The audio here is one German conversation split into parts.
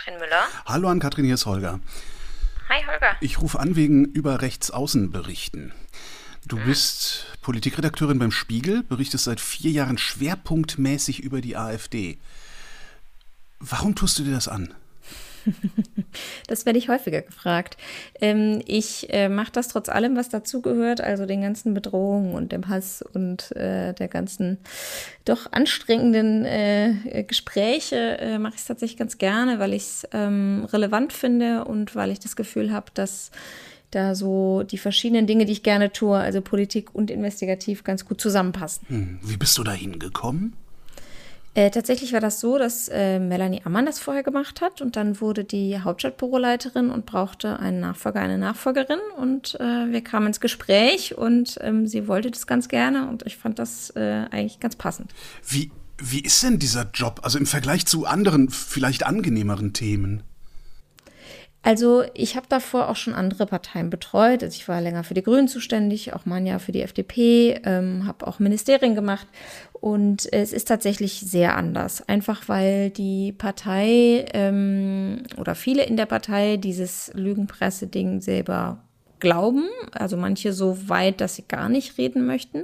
Katrin Müller. Hallo an Katrin, hier ist Holger. Hi Holger. Ich rufe an wegen über Rechtsaußenberichten. Du bist Politikredakteurin beim Spiegel, berichtest seit 4 Jahren schwerpunktmäßig über die AfD. Warum tust du dir das an? Das werde ich häufiger gefragt. Ich mache das trotz allem, was dazugehört, also den ganzen Bedrohungen und dem Hass und der ganzen doch anstrengenden Gespräche, mache ich es tatsächlich ganz gerne, weil ich es relevant finde und weil ich das Gefühl habe, dass da so die verschiedenen Dinge, die ich gerne tue, also Politik und investigativ, ganz gut zusammenpassen. Wie bist du da hingekommen? Tatsächlich war das so, dass Melanie Ammann das vorher gemacht hat und dann wurde die Hauptstadtbüroleiterin und brauchte einen Nachfolger, eine Nachfolgerin und wir kamen ins Gespräch und sie wollte das ganz gerne und ich fand das eigentlich ganz passend. Wie ist denn dieser Job, also im Vergleich zu anderen, vielleicht angenehmeren Themen? Also ich habe davor auch schon andere Parteien betreut. Also ich war länger für die Grünen zuständig, auch mal ein Jahr für die FDP, habe auch Ministerien gemacht. Und es ist tatsächlich sehr anders. Einfach weil die Partei oder viele in der Partei dieses Lügenpresse-Ding selber glauben. Also manche so weit, dass sie gar nicht reden möchten.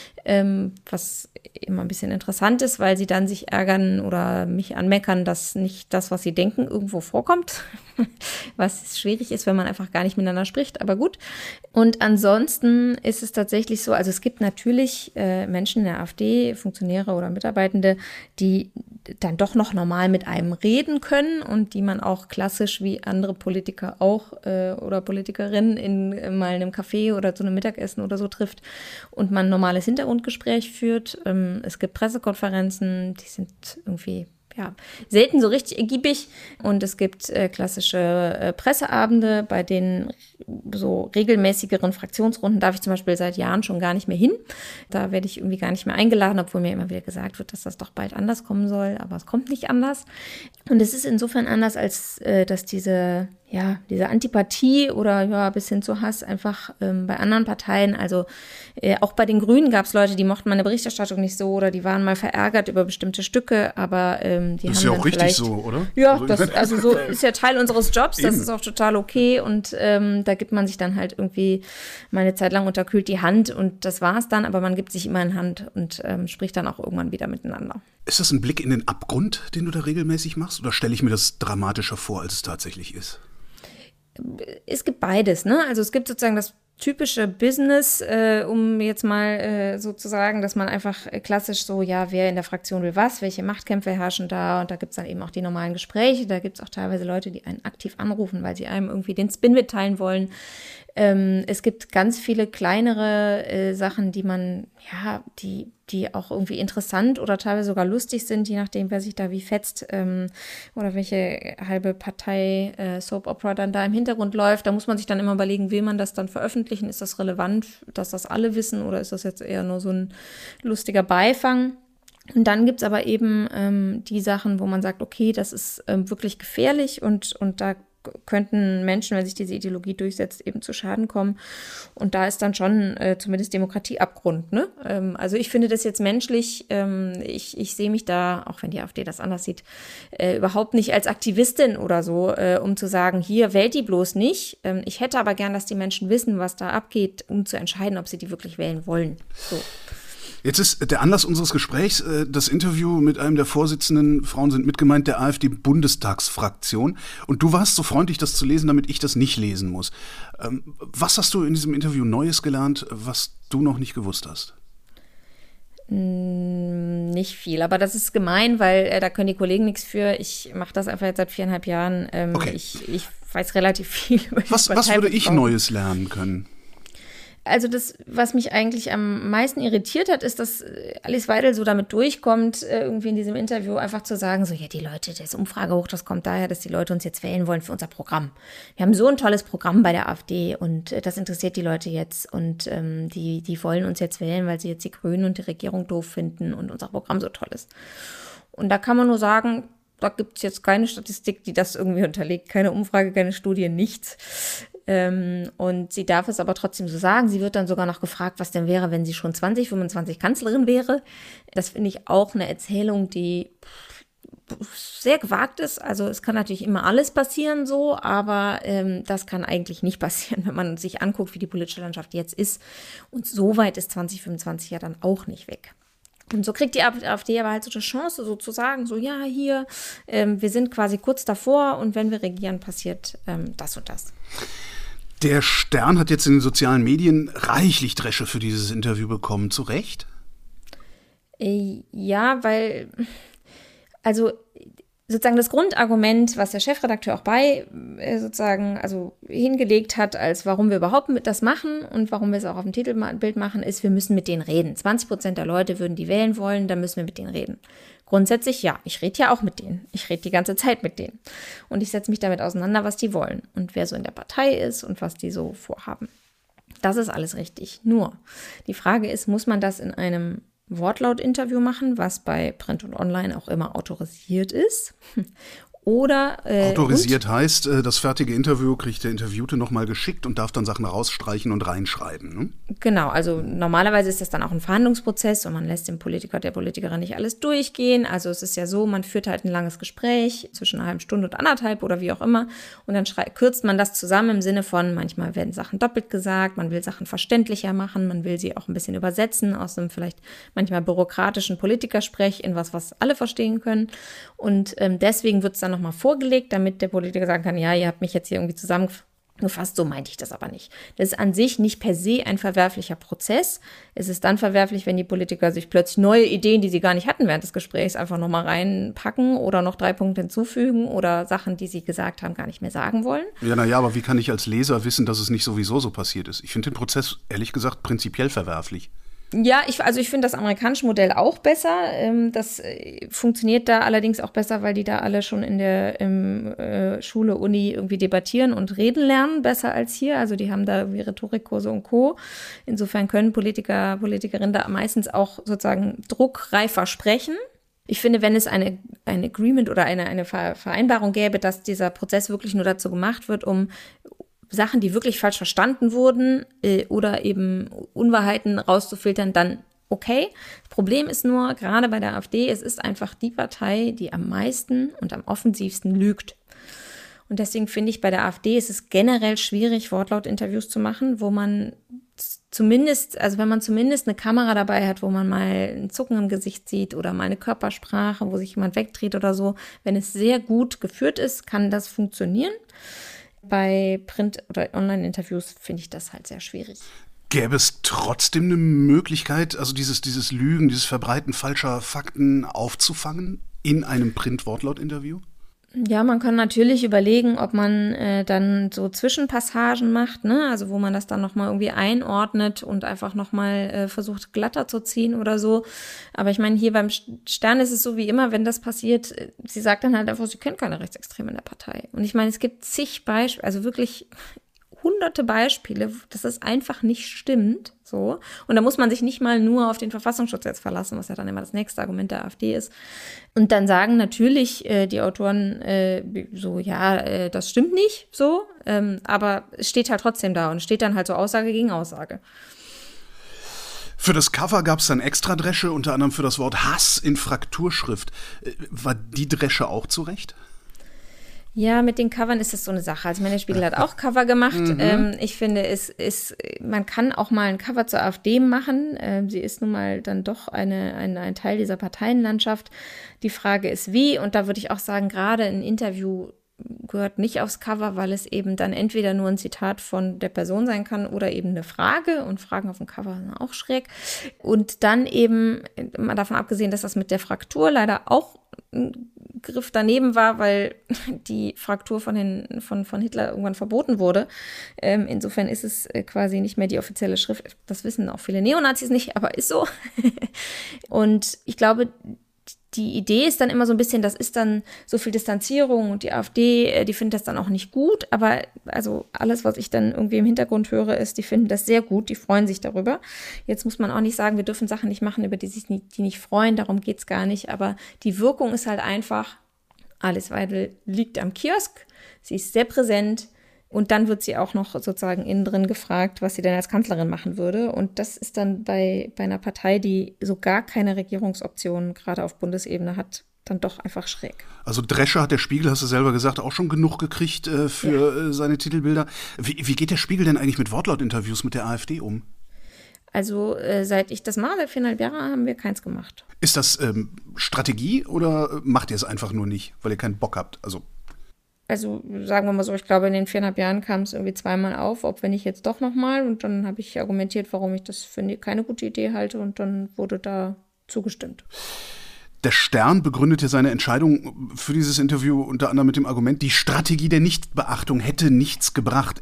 Was immer ein bisschen interessant ist, weil sie dann sich ärgern oder mich anmeckern, dass nicht das, was sie denken, irgendwo vorkommt. Was schwierig ist, wenn man einfach gar nicht miteinander spricht, aber gut. Und ansonsten ist es tatsächlich so, also es gibt natürlich Menschen in der AfD, Funktionäre oder Mitarbeitende, die dann doch noch normal mit einem reden können und die man auch klassisch wie andere Politiker auch oder Politikerinnen in mal einem Café oder zu einem Mittagessen oder so trifft und man ein normales Hintergrundgespräch führt. Es gibt Pressekonferenzen, die sind irgendwie selten so richtig ergiebig und es gibt klassische Presseabende, bei denen so regelmäßigeren Fraktionsrunden darf ich zum Beispiel seit Jahren schon gar nicht mehr hin. Da werde ich irgendwie gar nicht mehr eingeladen, obwohl mir immer wieder gesagt wird, dass das doch bald anders kommen soll, aber es kommt nicht anders. Und es ist insofern anders, als dass diese Antipathie oder bis hin zu Hass einfach bei anderen Parteien, also auch bei den Grünen gab es Leute, die mochten meine Berichterstattung nicht so oder die waren mal verärgert über bestimmte Stücke, aber die das haben ist ja dann auch richtig so, oder? Ja, also so ist ja Teil unseres Jobs, das ist auch total okay und da gibt man sich dann halt irgendwie mal eine Zeit lang unterkühlt die Hand und das war's dann, aber man gibt sich immer in Hand und spricht dann auch irgendwann wieder miteinander. Ist das ein Blick in den Abgrund, den du da regelmäßig machst oder stelle ich mir das dramatischer vor, als es tatsächlich ist? Es gibt beides, ne? Also es gibt sozusagen das typische Business, um jetzt mal so zu sagen, dass man einfach klassisch so, wer in der Fraktion will was, welche Machtkämpfe herrschen da und da gibt's dann eben auch die normalen Gespräche, da gibt's auch teilweise Leute, die einen aktiv anrufen, weil sie einem irgendwie den Spin mitteilen wollen. Es gibt ganz viele kleinere Sachen, die man, die auch irgendwie interessant oder teilweise sogar lustig sind, je nachdem, wer sich da wie fetzt oder welche halbe Partei Soap Opera dann da im Hintergrund läuft. Da muss man sich dann immer überlegen, will man das dann veröffentlichen? Ist das relevant, dass das alle wissen oder ist das jetzt eher nur so ein lustiger Beifang? Und dann gibt's aber eben die Sachen, wo man sagt, okay, das ist wirklich gefährlich und da könnten Menschen, wenn sich diese Ideologie durchsetzt, eben zu Schaden kommen. Und da ist dann schon zumindest Demokratieabgrund. Ne? Also ich finde das jetzt menschlich, ich sehe mich da, auch wenn die AfD das anders sieht, überhaupt nicht als Aktivistin oder so, um zu sagen, hier, wählt die bloß nicht. Ich hätte aber gern, dass die Menschen wissen, was da abgeht, um zu entscheiden, ob sie die wirklich wählen wollen. So. Jetzt ist der Anlass unseres Gesprächs das Interview mit einem der Vorsitzenden, Frauen sind mitgemeint, der AfD-Bundestagsfraktion. Und du warst so freundlich, das zu lesen, damit ich das nicht lesen muss. Was hast du in diesem Interview Neues gelernt, was du noch nicht gewusst hast? Nicht viel, aber das ist gemein, weil da können die Kollegen nichts für. Ich mache das einfach jetzt seit 4,5 Jahren. Okay. Ich weiß relativ viel über die Was würde ich Neues lernen können? Also das, was mich eigentlich am meisten irritiert hat, ist, dass Alice Weidel so damit durchkommt, irgendwie in diesem Interview einfach zu sagen, so, die Leute, das Umfragehoch, das kommt daher, dass die Leute uns jetzt wählen wollen für unser Programm. Wir haben so ein tolles Programm bei der AfD und das interessiert die Leute jetzt und die wollen uns jetzt wählen, weil sie jetzt die Grünen und die Regierung doof finden und unser Programm so toll ist. Und da kann man nur sagen, da gibt es jetzt keine Statistik, die das irgendwie unterlegt, keine Umfrage, keine Studie, nichts. Und sie darf es aber trotzdem so sagen. Sie wird dann sogar noch gefragt, was denn wäre, wenn sie schon 20, 25 Kanzlerin wäre. Das finde ich auch eine Erzählung, die sehr gewagt ist. Also es kann natürlich immer alles passieren so, aber das kann eigentlich nicht passieren, wenn man sich anguckt, wie die politische Landschaft jetzt ist. Und so weit ist 2025 ja dann auch nicht weg. Und so kriegt die AfD aber halt so eine Chance, so zu sagen, so ja, hier, wir sind quasi kurz davor und wenn wir regieren, passiert das und das. Der Stern hat jetzt in den sozialen Medien reichlich Dresche für dieses Interview bekommen. Zu Recht? Ja, weil, also sozusagen das Grundargument, was der Chefredakteur auch hingelegt hat, als warum wir überhaupt das machen und warum wir es auch auf dem Titelbild machen, ist, wir müssen mit denen reden. 20% der Leute würden die wählen wollen, dann müssen wir mit denen reden. Grundsätzlich ja, ich rede ja auch mit denen. Ich rede die ganze Zeit mit denen. Und ich setze mich damit auseinander, was die wollen und wer so in der Partei ist und was die so vorhaben. Das ist alles richtig. Nur, die Frage ist, muss man das in einem Wortlaut-Interview machen, was bei Print und Online auch immer autorisiert ist? Oder autorisiert heißt, das fertige Interview kriegt der Interviewte nochmal geschickt und darf dann Sachen rausstreichen und reinschreiben. Ne? Genau, also normalerweise ist das dann auch ein Verhandlungsprozess und man lässt dem Politiker, der Politikerin nicht alles durchgehen. Also es ist ja so, man führt halt ein langes Gespräch zwischen einer halben Stunde und anderthalb oder wie auch immer und dann kürzt man das zusammen im Sinne von, manchmal werden Sachen doppelt gesagt, man will Sachen verständlicher machen, man will sie auch ein bisschen übersetzen aus einem vielleicht manchmal bürokratischen Politikersprech in was alle verstehen können und deswegen wird es dann nochmal vorgelegt, damit der Politiker sagen kann, ja, ihr habt mich jetzt hier irgendwie zusammengefasst, so meinte ich das aber nicht. Das ist an sich nicht per se ein verwerflicher Prozess. Es ist dann verwerflich, wenn die Politiker sich plötzlich neue Ideen, die sie gar nicht hatten während des Gesprächs, einfach nochmal reinpacken oder noch 3 Punkte hinzufügen oder Sachen, die sie gesagt haben, gar nicht mehr sagen wollen. Ja, naja, aber wie kann ich als Leser wissen, dass es nicht sowieso so passiert ist? Ich finde den Prozess, ehrlich gesagt, prinzipiell verwerflich. Ja, ich finde das amerikanische Modell auch besser. Das funktioniert da allerdings auch besser, weil die da alle schon in der Schule, Uni irgendwie debattieren und reden lernen, besser als hier. Also die haben da irgendwie Rhetorikkurse und Co. Insofern können Politiker, Politikerinnen da meistens auch sozusagen druckreifer sprechen. Ich finde, wenn es ein Agreement oder eine Vereinbarung gäbe, dass dieser Prozess wirklich nur dazu gemacht wird, um Sachen, die wirklich falsch verstanden wurden oder eben Unwahrheiten rauszufiltern, dann okay. Das Problem ist nur, gerade bei der AfD, es ist einfach die Partei, die am meisten und am offensivsten lügt. Und deswegen finde ich, bei der AfD ist es generell schwierig, Wortlaut-Interviews zu machen, wo man zumindest, also wenn man zumindest eine Kamera dabei hat, wo man mal ein Zucken im Gesicht sieht oder mal eine Körpersprache, wo sich jemand wegdreht oder so, wenn es sehr gut geführt ist, kann das funktionieren. Bei Print- oder Online-Interviews finde ich das halt sehr schwierig. Gäbe es trotzdem eine Möglichkeit, also dieses Lügen, dieses Verbreiten falscher Fakten aufzufangen in einem Print-Wortlaut-Interview? Ja, man kann natürlich überlegen, ob man dann so Zwischenpassagen macht, ne? Also wo man das dann nochmal irgendwie einordnet und einfach nochmal versucht glatter zu ziehen oder so. Aber ich meine, hier beim Stern ist es so wie immer, wenn das passiert, sie sagt dann halt einfach, sie kennt keine Rechtsextreme in der Partei. Und ich meine, es gibt zig Beispiele, also wirklich hunderte Beispiele, dass es einfach nicht stimmt, so. Und da muss man sich nicht mal nur auf den Verfassungsschutz jetzt verlassen, was ja dann immer das nächste Argument der AfD ist. Und dann sagen natürlich die Autoren das stimmt nicht, so. Aber es steht halt trotzdem da und steht dann halt so Aussage gegen Aussage. Für das Cover gab es dann extra Dresche, unter anderem für das Wort Hass in Frakturschrift. War die Dresche auch zurecht? Ja, mit den Covern ist es so eine Sache. Also der Spiegel hat auch Cover gemacht. Ich finde, man kann auch mal ein Cover zur AfD machen. Sie ist nun mal dann doch ein Teil dieser Parteienlandschaft. Die Frage ist wie. Und da würde ich auch sagen, gerade ein Interview gehört nicht aufs Cover, weil es eben dann entweder nur ein Zitat von der Person sein kann oder eben eine Frage. Und Fragen auf dem Cover sind auch schräg. Und dann eben, mal davon abgesehen, dass das mit der Fraktur leider auch ein Griff daneben war, weil die Fraktur von Hitler irgendwann verboten wurde. Insofern ist es quasi nicht mehr die offizielle Schrift. Das wissen auch viele Neonazis nicht, aber ist so. Und ich glaube, die Idee ist dann immer so ein bisschen, das ist dann so viel Distanzierung und die AfD, die findet das dann auch nicht gut, aber also alles, was ich dann irgendwie im Hintergrund höre, ist, die finden das sehr gut, die freuen sich darüber. Jetzt muss man auch nicht sagen, wir dürfen Sachen nicht machen, über die die nicht freuen, darum geht's gar nicht, aber die Wirkung ist halt einfach, Alice Weidel liegt am Kiosk, sie ist sehr präsent. Und dann wird sie auch noch sozusagen innen drin gefragt, was sie denn als Kanzlerin machen würde. Und das ist dann bei einer Partei, die so gar keine Regierungsoptionen gerade auf Bundesebene hat, dann doch einfach schräg. Also Drescher hat der Spiegel, hast du selber gesagt, auch schon genug gekriegt für seine Titelbilder. Wie geht der Spiegel denn eigentlich mit Wortlautinterviews mit der AfD um? Also seit ich das mache, seit 4,5 Jahren, haben wir keins gemacht. Ist das Strategie oder macht ihr es einfach nur nicht, weil ihr keinen Bock habt? Also sagen wir mal so, ich glaube, in den 4,5 Jahren kam es irgendwie zweimal auf, ob wenn ich jetzt doch nochmal. Und dann habe ich argumentiert, warum ich das für keine gute Idee halte. Und dann wurde da zugestimmt. Der Stern begründete seine Entscheidung für dieses Interview unter anderem mit dem Argument, die Strategie der Nichtbeachtung hätte nichts gebracht.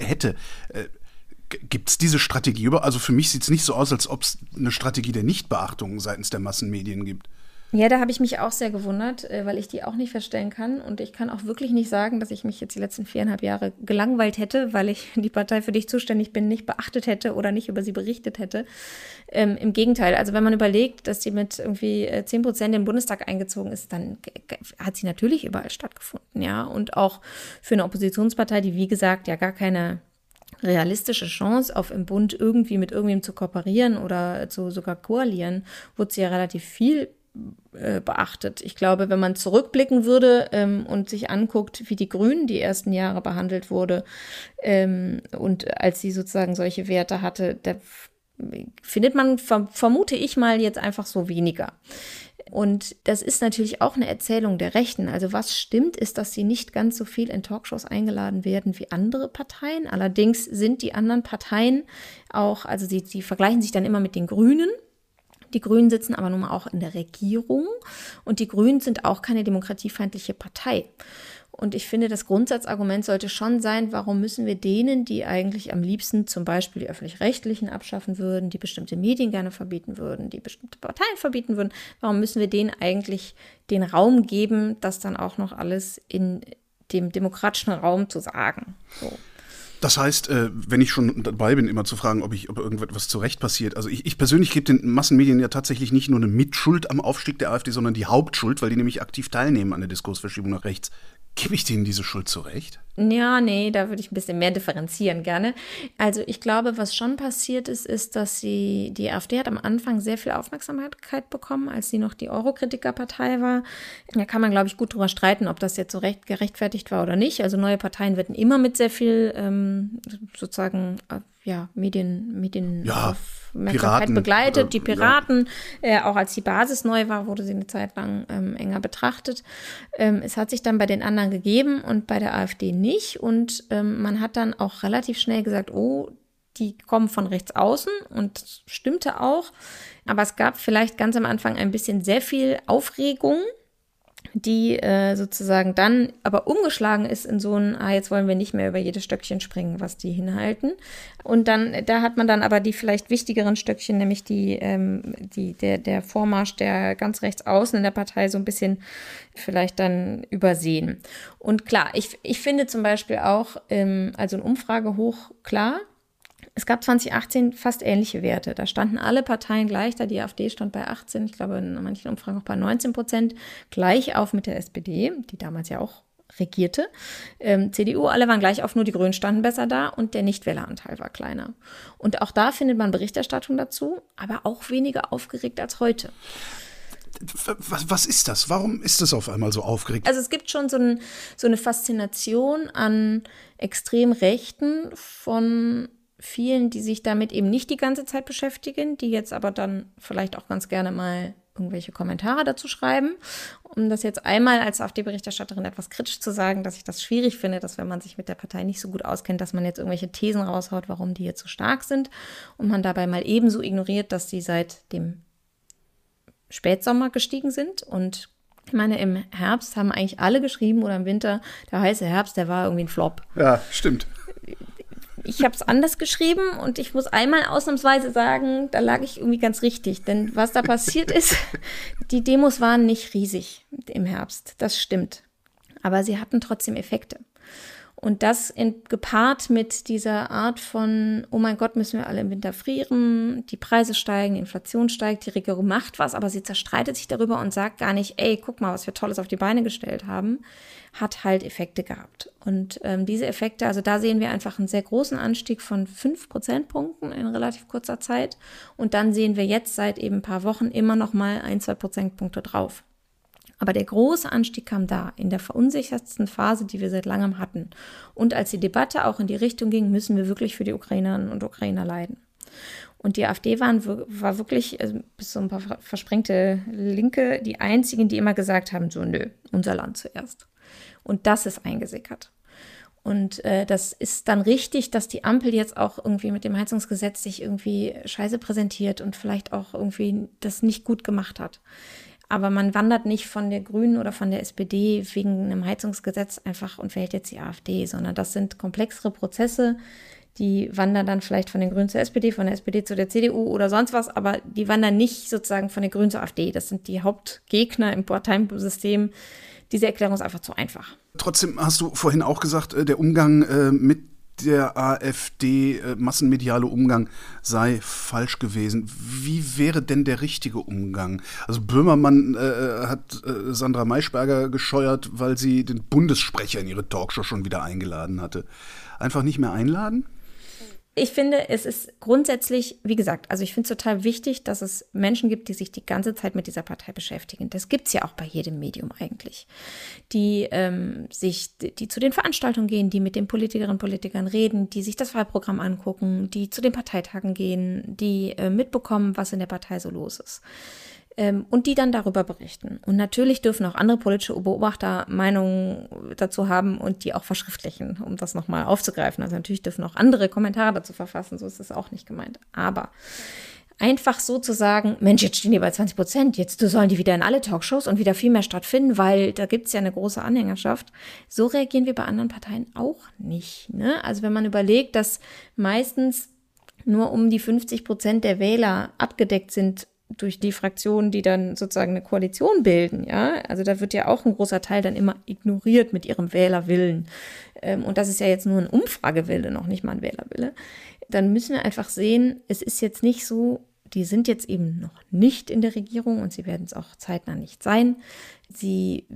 Gibt es diese Strategie Also für mich sieht es nicht so aus, als ob es eine Strategie der Nichtbeachtung seitens der Massenmedien gibt. Ja, da habe ich mich auch sehr gewundert, weil ich die auch nicht verstehen kann. Und ich kann auch wirklich nicht sagen, dass ich mich jetzt die letzten 4,5 Jahre gelangweilt hätte, weil ich die Partei, für die ich zuständig bin, nicht beachtet hätte oder nicht über sie berichtet hätte. Im Gegenteil, also wenn man überlegt, dass sie mit irgendwie 10% in den Bundestag eingezogen ist, dann hat sie natürlich überall stattgefunden, ja. Und auch für eine Oppositionspartei, die wie gesagt ja gar keine realistische Chance auf im Bund irgendwie mit irgendwem zu kooperieren oder zu sogar koalieren, wurde sie ja relativ viel beachtet. Ich glaube, wenn man zurückblicken würde und sich anguckt, wie die Grünen die ersten Jahre behandelt wurde und als sie sozusagen solche Werte hatte, da findet man, vermute ich mal, jetzt einfach so weniger. Und das ist natürlich auch eine Erzählung der Rechten. Also was stimmt, ist, dass sie nicht ganz so viel in Talkshows eingeladen werden wie andere Parteien. Allerdings sind die anderen Parteien auch, also sie vergleichen sich dann immer mit den Grünen. Die Grünen sitzen aber nun mal auch in der Regierung und die Grünen sind auch keine demokratiefeindliche Partei. Und ich finde, das Grundsatzargument sollte schon sein, warum müssen wir denen, die eigentlich am liebsten zum Beispiel die Öffentlich-Rechtlichen abschaffen würden, die bestimmte Medien gerne verbieten würden, die bestimmte Parteien verbieten würden, warum müssen wir denen eigentlich den Raum geben, das dann auch noch alles in dem demokratischen Raum zu sagen? So. Das heißt, wenn ich schon dabei bin, immer zu fragen, ob irgendetwas zu Recht passiert. Also ich persönlich gebe den Massenmedien ja tatsächlich nicht nur eine Mitschuld am Aufstieg der AfD, sondern die Hauptschuld, weil die nämlich aktiv teilnehmen an der Diskursverschiebung nach rechts. Gebe ich denen diese Schuld zu Recht? Ja, nee, da würde ich ein bisschen mehr differenzieren gerne. Also ich glaube, was schon passiert ist, dass die AfD hat am Anfang sehr viel Aufmerksamkeit bekommen, als sie noch die Eurokritikerpartei war. Da kann man, glaube ich, gut drüber streiten, ob das jetzt so gerechtfertigt war oder nicht. Also neue Parteien werden immer mit sehr viel Medienaufmerksamkeit begleitet. Die Piraten, auch als die Basis neu war, wurde sie eine Zeit lang enger betrachtet. Es hat sich dann bei den anderen gegeben und bei der AfD nicht. Und man hat dann auch relativ schnell gesagt, oh, die kommen von rechts außen und das stimmte auch. Aber es gab vielleicht ganz am Anfang ein bisschen sehr viel Aufregung, die sozusagen dann aber umgeschlagen ist in so ein, jetzt wollen wir nicht mehr über jedes Stöckchen springen, was die hinhalten. Und dann, da hat man dann aber die vielleicht wichtigeren Stöckchen, nämlich der Vormarsch der ganz rechts außen in der Partei so ein bisschen vielleicht dann übersehen. Und klar, ich finde zum Beispiel auch, also ein Umfragehoch, klar, es gab 2018 fast ähnliche Werte. Da standen alle Parteien gleich da. Die AfD stand bei 18, ich glaube in manchen Umfragen auch bei 19%, gleich auf mit der SPD, die damals ja auch regierte. CDU, alle waren gleich auf, nur die Grünen standen besser da und der Nichtwähleranteil war kleiner. Und auch da findet man Berichterstattung dazu, aber auch weniger aufgeregt als heute. Was ist das? Warum ist das auf einmal so aufgeregt? Also es gibt schon so eine Faszination an extrem Rechten von vielen, die sich damit eben nicht die ganze Zeit beschäftigen, die jetzt aber dann vielleicht auch ganz gerne mal irgendwelche Kommentare dazu schreiben. Um das jetzt einmal als AfD-Berichterstatterin etwas kritisch zu sagen, dass ich das schwierig finde, dass wenn man sich mit der Partei nicht so gut auskennt, dass man jetzt irgendwelche Thesen raushaut, warum die jetzt so stark sind und man dabei mal ebenso ignoriert, dass sie seit dem Spätsommer gestiegen sind. Und ich meine, im Herbst haben eigentlich alle geschrieben oder im Winter, der heiße Herbst, der war irgendwie ein Flop. Ja, stimmt. Ich habe es anders geschrieben und ich muss einmal ausnahmsweise sagen, da lag ich irgendwie ganz richtig. Denn was da passiert ist, die Demos waren nicht riesig im Herbst, das stimmt. Aber sie hatten trotzdem Effekte. Und das gepaart mit dieser Art von, oh mein Gott, müssen wir alle im Winter frieren, die Preise steigen, die Inflation steigt, die Regierung macht was, aber sie zerstreitet sich darüber und sagt gar nicht, ey, guck mal, was wir Tolles auf die Beine gestellt haben, hat halt Effekte gehabt. Und diese Effekte, also da sehen wir einfach einen sehr großen Anstieg von 5 Prozentpunkten in relativ kurzer Zeit. Und dann sehen wir jetzt seit eben ein paar Wochen immer noch mal 1-2 Prozentpunkte drauf. Aber der große Anstieg kam da, in der verunsichertsten Phase, die wir seit langem hatten. Und als die Debatte auch in die Richtung ging, müssen wir wirklich für die Ukrainerinnen und Ukrainer leiden. Und die AfD war wirklich, bis so ein paar versprengte Linke, die einzigen, die immer gesagt haben, so nö, unser Land zuerst. Und das ist eingesickert. Und das ist dann richtig, dass die Ampel jetzt auch irgendwie mit dem Heizungsgesetz sich irgendwie scheiße präsentiert und vielleicht auch irgendwie das nicht gut gemacht hat. Aber man wandert nicht von der Grünen oder von der SPD wegen einem Heizungsgesetz einfach und wählt jetzt die AfD, sondern das sind komplexere Prozesse, die wandern dann vielleicht von den Grünen zur SPD, von der SPD zu der CDU oder sonst was, aber die wandern nicht sozusagen von den Grünen zur AfD. Das sind die Hauptgegner im Parteisystem. Diese Erklärung ist einfach zu einfach. Trotzdem hast du vorhin auch gesagt, der Umgang mit der AfD, massenmediale Umgang sei falsch gewesen. Wie wäre denn der richtige Umgang? Also Böhmermann hat Sandra Maischberger gescheuert, weil sie den Bundessprecher in ihre Talkshow schon wieder eingeladen hatte. Einfach nicht mehr einladen? Ich finde, es ist grundsätzlich, wie gesagt, also ich finde es total wichtig, dass es Menschen gibt, die sich die ganze Zeit mit dieser Partei beschäftigen. Das gibt es ja auch bei jedem Medium eigentlich. Die zu den Veranstaltungen gehen, die mit den Politikerinnen und Politikern reden, die sich das Wahlprogramm angucken, die zu den Parteitagen gehen, die mitbekommen, was in der Partei so los ist. Und die dann darüber berichten. Und natürlich dürfen auch andere politische Beobachter Meinungen dazu haben und die auch verschriftlichen, um das nochmal aufzugreifen. Also natürlich dürfen auch andere Kommentare dazu verfassen, so ist es auch nicht gemeint. Aber einfach so zu sagen, Mensch, jetzt stehen die bei 20%, jetzt sollen die wieder in alle Talkshows und wieder viel mehr stattfinden, weil da gibt's ja eine große Anhängerschaft. So reagieren wir bei anderen Parteien auch nicht. Ne? Also wenn man überlegt, dass meistens nur um die 50% der Wähler abgedeckt sind durch die Fraktionen, die dann sozusagen eine Koalition bilden, ja, also da wird ja auch ein großer Teil dann immer ignoriert mit ihrem Wählerwillen. Und das ist ja jetzt nur ein Umfragewille, noch nicht mal ein Wählerwille. Dann müssen wir einfach sehen, es ist jetzt nicht so, die sind jetzt eben noch nicht in der Regierung und sie werden es auch zeitnah nicht sein. Sie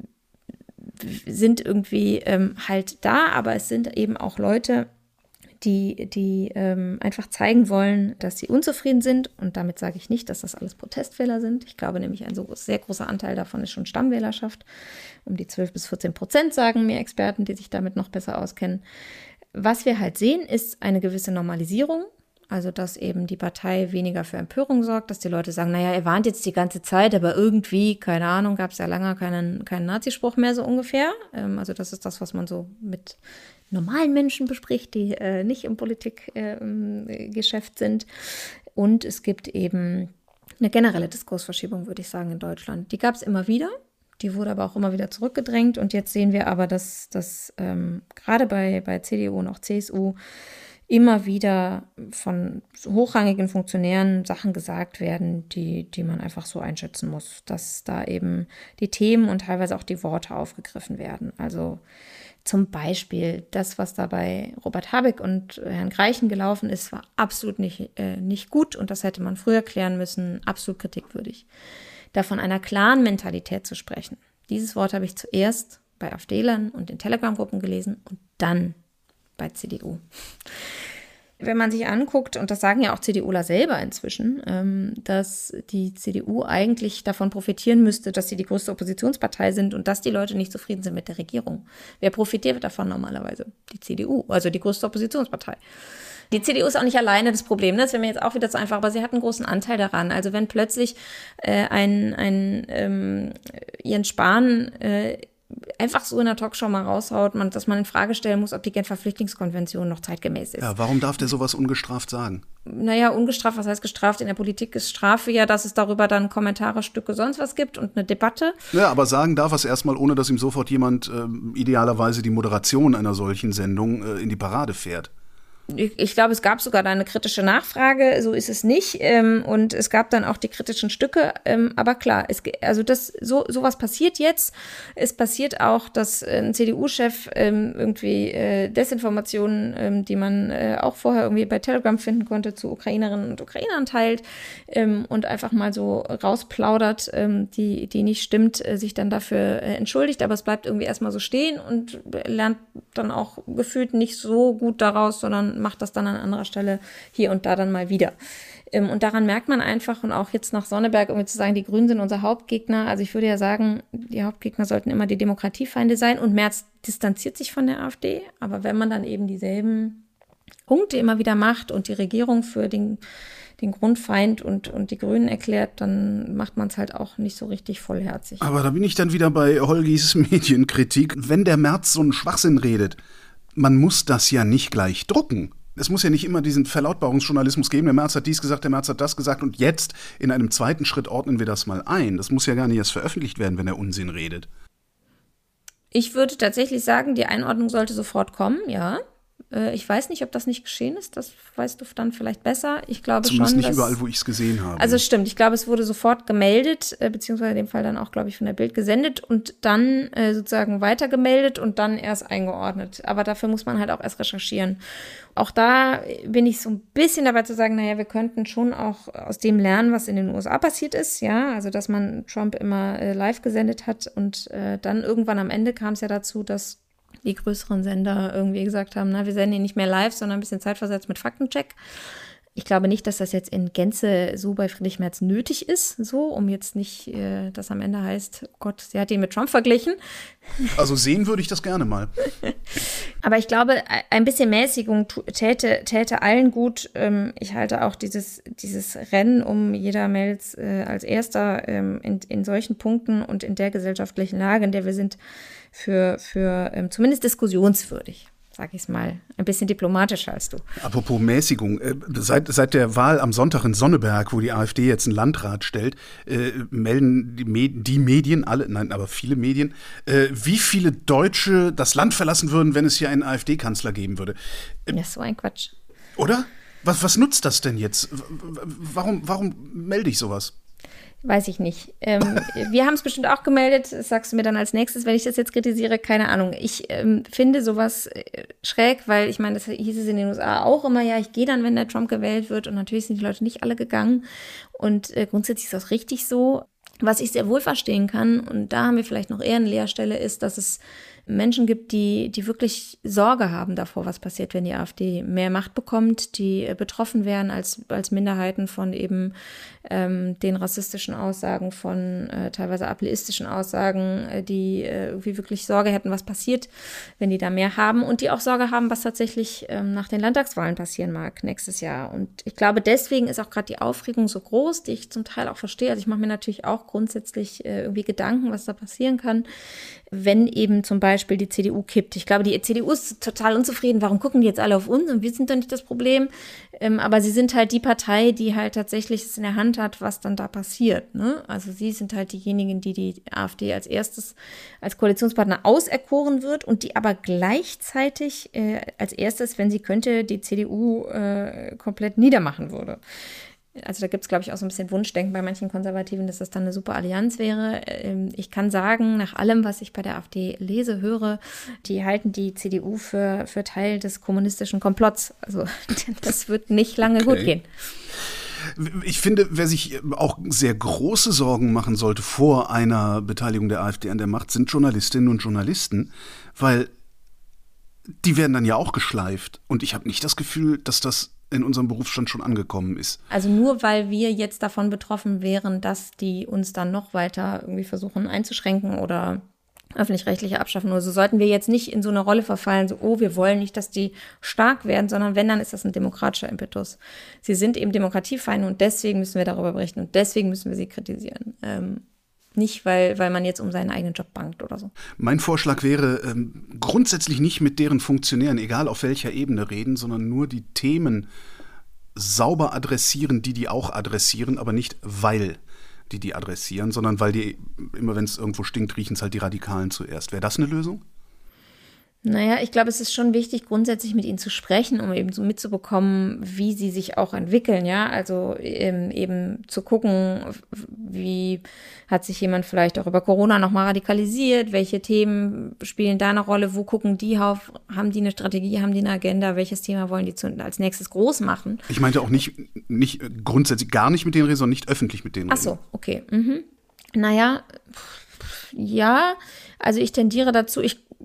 sind irgendwie halt da, aber es sind eben auch Leute, die einfach zeigen wollen, dass sie unzufrieden sind. Und damit sage ich nicht, dass das alles Protestwähler sind. Ich glaube nämlich, ein so sehr großer Anteil davon ist schon Stammwählerschaft. Um die 12-14%, sagen mir Experten, die sich damit noch besser auskennen. Was wir halt sehen, ist eine gewisse Normalisierung. Also, dass eben die Partei weniger für Empörung sorgt, dass die Leute sagen, naja, ihr warnt jetzt die ganze Zeit, aber irgendwie, keine Ahnung, gab es ja lange keinen Nazispruch mehr so ungefähr. Also das ist das, was man so mit normalen Menschen bespricht, die nicht im Politikgeschäft sind. Und es gibt eben eine generelle Diskursverschiebung, würde ich sagen, in Deutschland. Die gab es immer wieder. Die wurde aber auch immer wieder zurückgedrängt. Und jetzt sehen wir aber, dass gerade bei CDU und auch CSU immer wieder von hochrangigen Funktionären Sachen gesagt werden, die man einfach so einschätzen muss, dass da eben die Themen und teilweise auch die Worte aufgegriffen werden. Also zum Beispiel das, was da bei Robert Habeck und Herrn Greichen gelaufen ist, war absolut nicht gut und das hätte man früher klären müssen, absolut kritikwürdig. Da von einer klaren Mentalität zu sprechen. Dieses Wort habe ich zuerst bei AfDlern und in Telegram-Gruppen gelesen und dann bei CDU. Wenn man sich anguckt, und das sagen ja auch CDUler selber inzwischen, dass die CDU eigentlich davon profitieren müsste, dass sie die größte Oppositionspartei sind und dass die Leute nicht zufrieden sind mit der Regierung. Wer profitiert davon normalerweise? Die CDU, also die größte Oppositionspartei. Die CDU ist auch nicht alleine das Problem, das wäre mir jetzt auch wieder zu einfach, aber sie hat einen großen Anteil daran. Also wenn plötzlich Jens Spahn einfach so in der Talkshow mal raushaut, dass man in Frage stellen muss, ob die Genfer Flüchtlingskonvention noch zeitgemäß ist. Ja, warum darf der sowas ungestraft sagen? Naja, ungestraft, was heißt gestraft? In der Politik ist Strafe ja, dass es darüber dann Kommentare, Stücke, sonst was gibt und eine Debatte. Ja, aber sagen darf es erstmal, ohne dass ihm sofort jemand idealerweise die Moderation einer solchen Sendung in die Parade fährt. Ich glaube, es gab sogar da eine kritische Nachfrage, so ist es nicht. Und es gab dann auch die kritischen Stücke. Aber klar, sowas passiert jetzt. Es passiert auch, dass ein CDU-Chef irgendwie Desinformationen, die man auch vorher irgendwie bei Telegram finden konnte, zu Ukrainerinnen und Ukrainern teilt und einfach mal so rausplaudert, die nicht stimmt, sich dann dafür entschuldigt. Aber es bleibt irgendwie erstmal so stehen und lernt dann auch gefühlt nicht so gut daraus, sondern sondern macht das dann an anderer Stelle hier und da dann mal wieder. Und daran merkt man einfach, und auch jetzt nach Sonneberg irgendwie zu sagen, die Grünen sind unser Hauptgegner. Also ich würde ja sagen, die Hauptgegner sollten immer die Demokratiefeinde sein. Und Merz distanziert sich von der AfD. Aber wenn man dann eben dieselben Punkte immer wieder macht und die Regierung für den Grundfeind und die Grünen erklärt, dann macht man es halt auch nicht so richtig vollherzig. Aber da bin ich dann wieder bei Holgis Medienkritik. Wenn der Merz so einen Schwachsinn redet, man muss das ja nicht gleich drucken. Es muss ja nicht immer diesen Verlautbarungsjournalismus geben, der Merz hat dies gesagt, der Merz hat das gesagt und jetzt in einem zweiten Schritt ordnen wir das mal ein. Das muss ja gar nicht erst veröffentlicht werden, wenn er Unsinn redet. Ich würde tatsächlich sagen, die Einordnung sollte sofort kommen, ja. Ich weiß nicht, ob das nicht geschehen ist, das weißt du dann vielleicht besser. Ich glaube Zumindest schon, nicht überall, wo ich es gesehen habe. Also stimmt, ich glaube, es wurde sofort gemeldet, beziehungsweise in dem Fall dann auch, glaube ich, von der Bild gesendet und dann sozusagen weitergemeldet und dann erst eingeordnet. Aber dafür muss man halt auch erst recherchieren. Auch da bin ich so ein bisschen dabei zu sagen, naja, wir könnten schon auch aus dem lernen, was in den USA passiert ist, ja, also dass man Trump immer live gesendet hat und dann irgendwann am Ende kam es ja dazu, dass die größeren Sender irgendwie gesagt haben, na, wir senden ihn nicht mehr live, sondern ein bisschen zeitversetzt mit Faktencheck. Ich glaube nicht, dass das jetzt in Gänze so bei Friedrich Merz nötig ist, so, um jetzt nicht, dass am Ende heißt, oh Gott, sie hat ihn mit Trump verglichen. Also sehen würde ich das gerne mal. Aber ich glaube, ein bisschen Mäßigung täte allen gut. Ich halte auch dieses Rennen um jeder meldet als Erster in solchen Punkten und in der gesellschaftlichen Lage, in der wir sind, für zumindest diskussionswürdig, sag ich es mal, ein bisschen diplomatischer als du. Apropos Mäßigung, seit der Wahl am Sonntag in Sonneberg, wo die AfD jetzt einen Landrat stellt, melden die Medien, aber viele Medien, wie viele Deutsche das Land verlassen würden, wenn es hier einen AfD-Kanzler geben würde. Das ist so ein Quatsch. Oder? Was nutzt das denn jetzt? Warum melde ich sowas? Weiß ich nicht. Wir haben es bestimmt auch gemeldet. Das sagst du mir dann als nächstes, wenn ich das jetzt kritisiere. Keine Ahnung. Ich finde sowas schräg, weil ich meine, das hieß es in den USA auch immer, ja, ich gehe dann, wenn der Trump gewählt wird. Und natürlich sind die Leute nicht alle gegangen. Und grundsätzlich ist das richtig so. Was ich sehr wohl verstehen kann, und da haben wir vielleicht noch eher eine Leerstelle, ist, dass es Menschen gibt, die wirklich Sorge haben davor, was passiert, wenn die AfD mehr Macht bekommt, die betroffen wären als Minderheiten von eben den rassistischen Aussagen, von teilweise ableistischen Aussagen, die irgendwie wirklich Sorge hätten, was passiert, wenn die da mehr haben und die auch Sorge haben, was tatsächlich nach den Landtagswahlen passieren mag nächstes Jahr. Und ich glaube, deswegen ist auch gerade die Aufregung so groß, die ich zum Teil auch verstehe. Also ich mache mir natürlich auch grundsätzlich irgendwie Gedanken, was da passieren kann, wenn eben zum Beispiel die CDU kippt. Ich glaube, die CDU ist total unzufrieden. Warum gucken die jetzt alle auf uns und wir sind doch nicht das Problem? Aber sie sind halt die Partei, die halt tatsächlich es in der Hand hat, was dann da passiert. Ne? Also sie sind halt diejenigen, die AfD als erstes als Koalitionspartner auserkoren wird und die aber gleichzeitig als erstes, wenn sie könnte, die CDU komplett niedermachen würde. Also da gibt es, glaube ich, auch so ein bisschen Wunschdenken bei manchen Konservativen, dass das dann eine super Allianz wäre. Ich kann sagen, nach allem, was ich bei der AfD lese, höre, die halten die CDU für Teil des kommunistischen Komplotts. Also das wird nicht lange gut gehen. Ich finde, wer sich auch sehr große Sorgen machen sollte vor einer Beteiligung der AfD an der Macht, sind Journalistinnen und Journalisten, weil die werden dann ja auch geschleift. Und ich habe nicht das Gefühl, dass das in unserem Berufsstand schon angekommen ist. Also nur weil wir jetzt davon betroffen wären, dass die uns dann noch weiter irgendwie versuchen einzuschränken oder öffentlich-rechtliche abschaffen. Nur so sollten wir jetzt nicht in so eine Rolle verfallen, so, oh, wir wollen nicht, dass die stark werden, sondern wenn, dann ist das ein demokratischer Impetus. Sie sind eben Demokratiefeinde und deswegen müssen wir darüber berichten und deswegen müssen wir sie kritisieren. Nicht, weil man jetzt um seinen eigenen Job bangt oder so. Mein Vorschlag wäre, grundsätzlich nicht mit deren Funktionären, egal auf welcher Ebene, reden, sondern nur die Themen sauber adressieren, die auch adressieren, aber nicht, weil die adressieren, sondern weil die, immer wenn es irgendwo stinkt, riechen es halt die Radikalen zuerst. Wäre das eine Lösung? Naja, ich glaube, es ist schon wichtig, grundsätzlich mit ihnen zu sprechen, um eben so mitzubekommen, wie sie sich auch entwickeln, ja, also eben zu gucken, wie hat sich jemand vielleicht auch über Corona nochmal radikalisiert, welche Themen spielen da eine Rolle, wo gucken die auf, haben die eine Strategie, haben die eine Agenda, welches Thema wollen die als nächstes groß machen? Ich meinte auch nicht grundsätzlich gar nicht mit denen reden, sondern nicht öffentlich mit denen reden. Ach so, okay. Naja, ja, also ich tendiere dazu,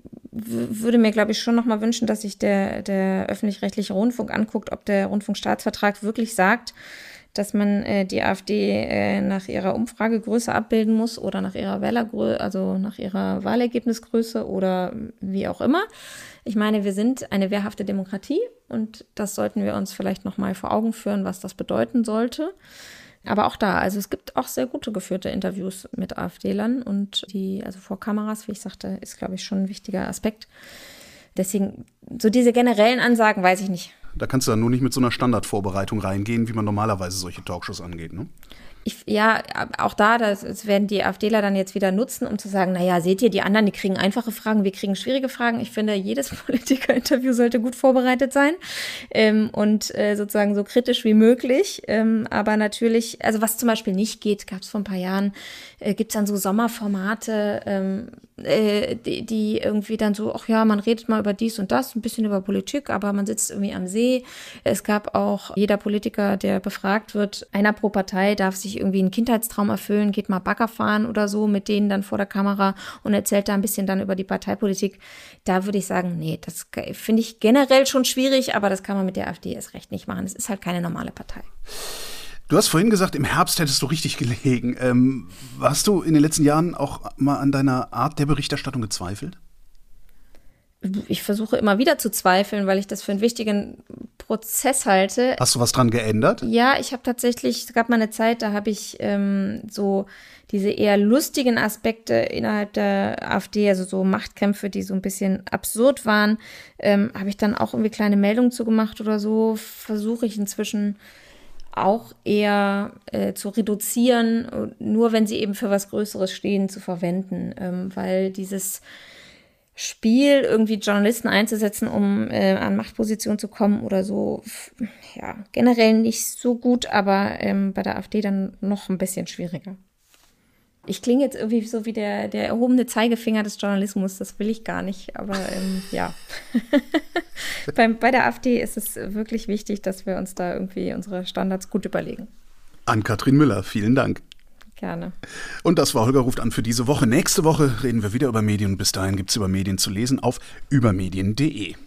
würde mir, glaube ich, schon nochmal wünschen, dass sich der öffentlich-rechtliche Rundfunk anguckt, ob der Rundfunkstaatsvertrag wirklich sagt, dass man die AfD nach ihrer Umfragegröße abbilden muss oder nach ihrer Wählergröße, also nach ihrer Wahlergebnisgröße oder wie auch immer. Ich meine, wir sind eine wehrhafte Demokratie und das sollten wir uns vielleicht nochmal vor Augen führen, was das bedeuten sollte. Aber auch da, also es gibt auch sehr gute geführte Interviews mit AfDlern und also vor Kameras, wie ich sagte, ist, glaube ich, schon ein wichtiger Aspekt. Deswegen, so diese generellen Ansagen weiß ich nicht. Da kannst du dann nur nicht mit so einer Standardvorbereitung reingehen, wie man normalerweise solche Talkshows angeht, ne? Ja, auch das werden die AfDler dann jetzt wieder nutzen, um zu sagen, naja, seht ihr, die anderen, die kriegen einfache Fragen, wir kriegen schwierige Fragen. Ich finde, jedes Politikerinterview sollte gut vorbereitet sein und sozusagen so kritisch wie möglich. Aber natürlich, also was zum Beispiel nicht geht, gab es vor ein paar Jahren, gibt es dann so Sommerformate, die irgendwie dann so, ach ja, man redet mal über dies und das, ein bisschen über Politik, aber man sitzt irgendwie am See. Es gab auch jeder Politiker, der befragt wird, einer pro Partei darf sich irgendwie einen Kindheitstraum erfüllen, geht mal Bagger fahren oder so mit denen dann vor der Kamera und erzählt da ein bisschen dann über die Parteipolitik. Da würde ich sagen, nee, das finde ich generell schon schwierig, aber das kann man mit der AfD erst recht nicht machen. Es ist halt keine normale Partei. Du hast vorhin gesagt, im Herbst hättest du richtig gelegen. Hast du in den letzten Jahren auch mal an deiner Art der Berichterstattung gezweifelt? Ich versuche immer wieder zu zweifeln, weil ich das für einen wichtigen Prozess halte. Hast du was dran geändert? Ja, ich habe tatsächlich, es gab mal eine Zeit, da habe ich so diese eher lustigen Aspekte innerhalb der AfD, also so Machtkämpfe, die so ein bisschen absurd waren, habe ich dann auch irgendwie kleine Meldungen zu gemacht oder so. Versuche ich inzwischen auch eher zu reduzieren, nur wenn sie eben für was Größeres stehen, zu verwenden, weil dieses Spiel, irgendwie Journalisten einzusetzen, um an Machtpositionen zu kommen oder so, ja, generell nicht so gut, aber bei der AfD dann noch ein bisschen schwieriger. Ich klinge jetzt irgendwie so wie der erhobene Zeigefinger des Journalismus, das will ich gar nicht, aber ja. Bei der AfD ist es wirklich wichtig, dass wir uns da irgendwie unsere Standards gut überlegen. Ann-Kathrin Müller, vielen Dank. Gerne. Und das war Holger ruft an für diese Woche. Nächste Woche reden wir wieder über Medien und bis dahin gibt es über Medien zu lesen auf übermedien.de.